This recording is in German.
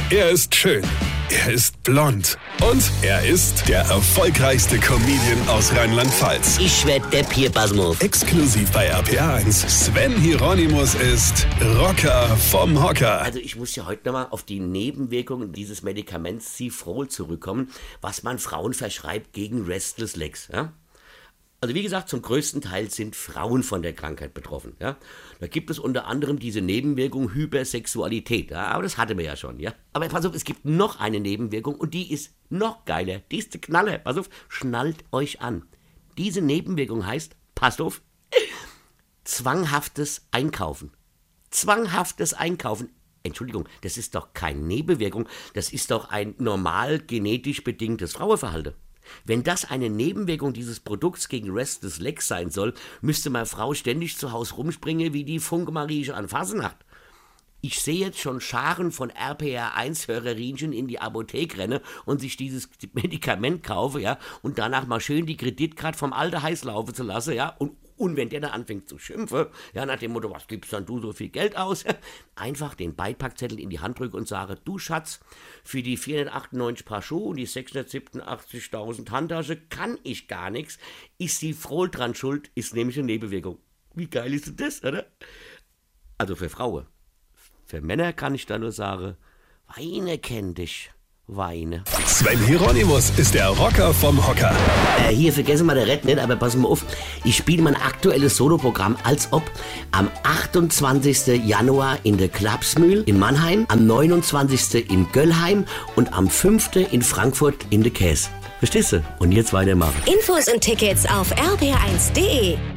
Er ist schön. Er ist blond. Und er ist der erfolgreichste Comedian aus Rheinland-Pfalz. Ich werd der Pierpasmus. Exklusiv bei RPA1. Sven Hieronymus ist Rocker vom Hocker. Also ich muss ja heute nochmal auf die Nebenwirkungen dieses Medikaments Cifrol zurückkommen, was man Frauen verschreibt gegen Restless Legs. Ja? Also wie gesagt, zum größten Teil sind Frauen von der Krankheit betroffen. Ja? Da gibt es unter anderem diese Nebenwirkung Hypersexualität. Ja? Aber das hatten wir ja schon. Ja? Aber pass auf, es gibt noch eine Nebenwirkung und die ist noch geiler. Die ist der Knaller. Pass auf, schnallt euch an. Diese Nebenwirkung heißt, passt auf, zwanghaftes Einkaufen. Zwanghaftes Einkaufen. Entschuldigung, das ist doch keine Nebenwirkung. Das ist doch ein normal genetisch bedingtes Frauenverhalten. Wenn das eine Nebenwirkung dieses Produkts gegen Restless Legs sein soll, müsste meine Frau ständig zu Hause rumspringen wie die Funke-Marieche an Fasnacht. Ich sehe jetzt schon Scharen von RPR1-Hörerinchen in die Apotheke rennen und sich dieses Medikament kaufen, ja, und danach mal schön die Kreditkarte vom Alten heiß laufen zu lassen, ja, und wenn der dann anfängt zu schimpfen, ja, nach dem Motto, was gibst dann du so viel Geld aus? Einfach den Beipackzettel in die Hand drücken und sagen, du Schatz, für die 498 Paar Schuhe und die 687.000 Handtasche kann ich gar nichts. Ist die Cifrol dran schuld, ist nämlich eine Nebenwirkung. Wie geil ist denn das, oder? Also für Frauen. Für Männer kann ich da nur sagen, Weine kenn dich. Weine. Sven Hieronymus ist der Rocker vom Hocker. Hier, vergessen wir der Red nicht, aber pass mal auf. Ich spiele mein aktuelles Soloprogramm als ob am 28. Januar in der Klapsmühl in Mannheim, am 29. in Göllheim und am 5. in Frankfurt in der Käse. Verstehst du? Und jetzt weitermachen. Infos und Tickets auf rpr1.de.